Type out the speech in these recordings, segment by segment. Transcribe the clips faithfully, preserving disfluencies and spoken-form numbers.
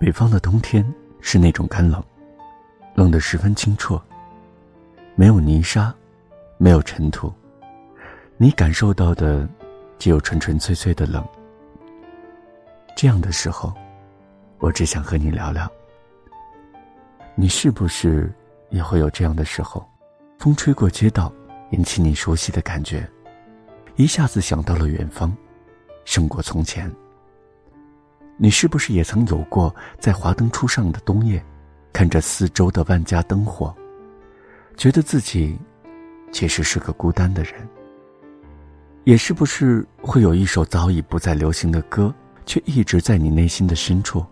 北方的冬天是那种干冷，冷得十分清澈，没有泥沙，没有尘土，你感受到的只有纯纯粹粹的冷。这样的时候，我只想和你聊聊，你是不是也会有这样的时候？风吹过街道，引起你熟悉的感觉，一下子想到了远方，胜过从前。你是不是也曾有过在华灯初上的冬夜，看着四周的万家灯火，觉得自己其实是个孤单的人？也是不是会有一首早已不再流行的歌，却一直在你内心的深处？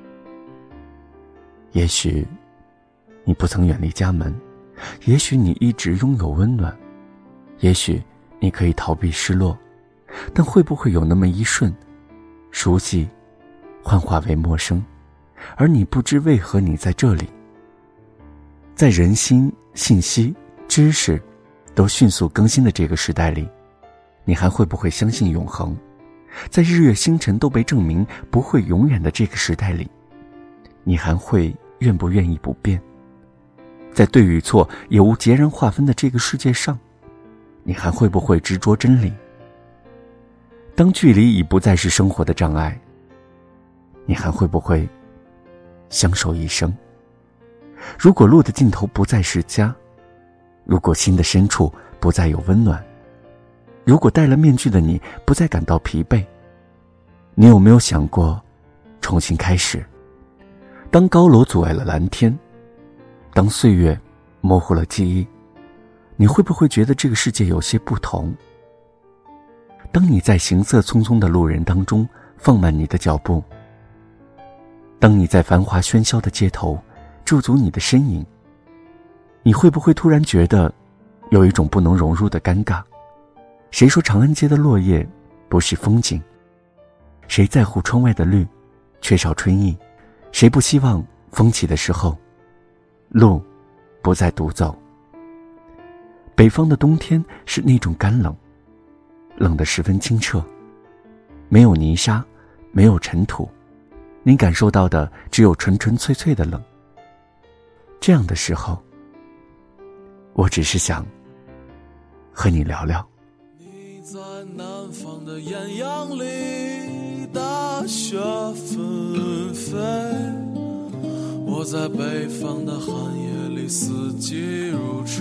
也许你不曾远离家门，也许你一直拥有温暖，也许你可以逃避失落，但会不会有那么一瞬，熟悉幻化为陌生，而你不知为何你在这里？在人心、信息、知识都迅速更新的这个时代里，你还会不会相信永恒？在日月星辰都被证明不会永远的这个时代里，你还会愿不愿意不变？在对与错也无截然划分的这个世界上，你还会不会执着真理？当距离已不再是生活的障碍，你还会不会相守一生？如果路的尽头不再是家，如果心的深处不再有温暖，如果戴了面具的你不再感到疲惫，你有没有想过重新开始？当高楼阻碍了蓝天，当岁月模糊了记忆，你会不会觉得这个世界有些不同？当你在行色匆匆的路人当中放慢你的脚步，当你在繁华喧嚣的街头驻足你的身影，你会不会突然觉得有一种不能融入的尴尬？谁说长安街的落叶不是风景？谁在乎窗外的绿缺少春意？谁不希望风起的时候路不再独走？北方的冬天是那种干冷，冷得十分清澈，没有泥沙，没有尘土，你感受到的只有纯纯粹粹的冷。这样的时候，我只是想和你聊聊。 你在南方的艳阳里，大雪纷飞，我在北方的寒夜里，四季如春。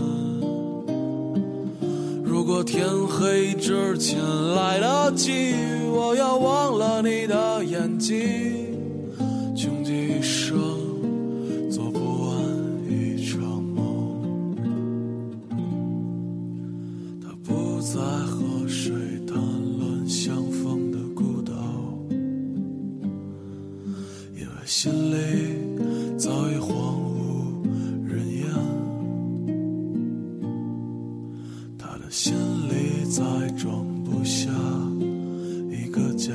如果天黑之前来得及，我要忘了你的眼睛，穷极一生做不完一场梦。他不再和谁谈论相逢的孤岛，因为心里早已荒无人烟。他的心里再装不下一个家，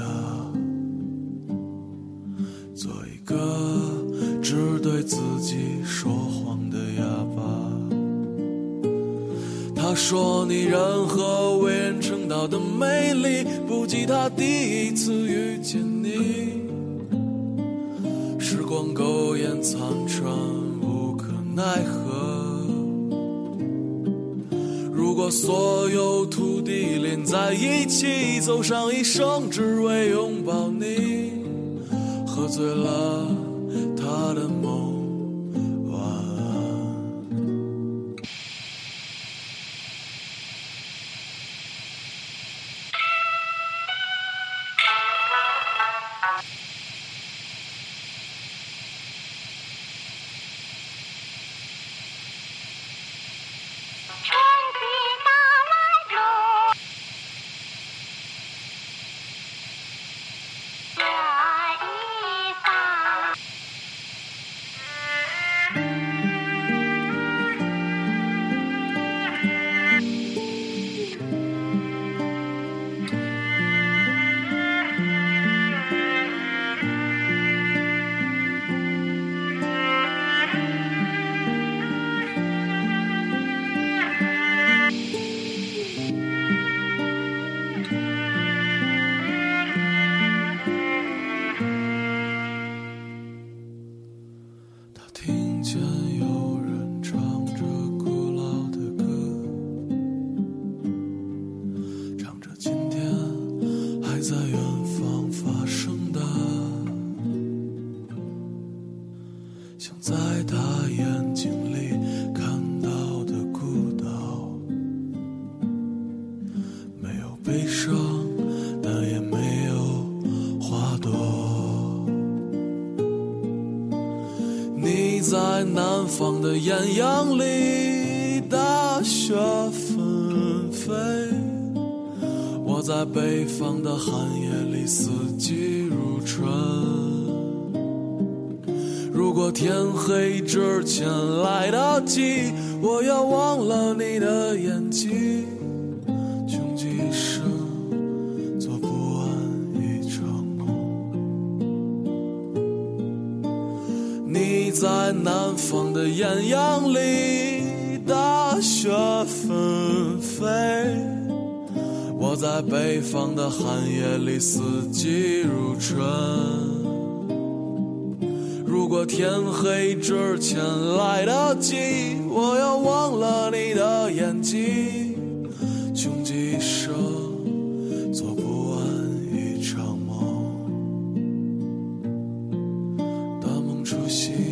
做一个只对自己说谎的哑巴。他说你人和为人称道的美丽，不及他第一次遇见你。时光苟延残喘，无可奈何。如果所有土地连在一起，走上一生只为拥抱你，喝醉了他的梦，晚安。 像在他眼睛里看到的孤岛，没有悲伤，但也没有花朵。你在南方的艳阳里，大雪纷飞，我在北方的寒夜里，四季如春。如果天黑之前来得及，我要忘了你的眼睛，穷极一生做不完一场梦。你在南方的艳阳里，大雪纷飞，我在北方的寒夜里，四季如春。如果天黑之前来得及，我要忘了你的眼睛，穷极一生做不完一场梦。大梦初醒，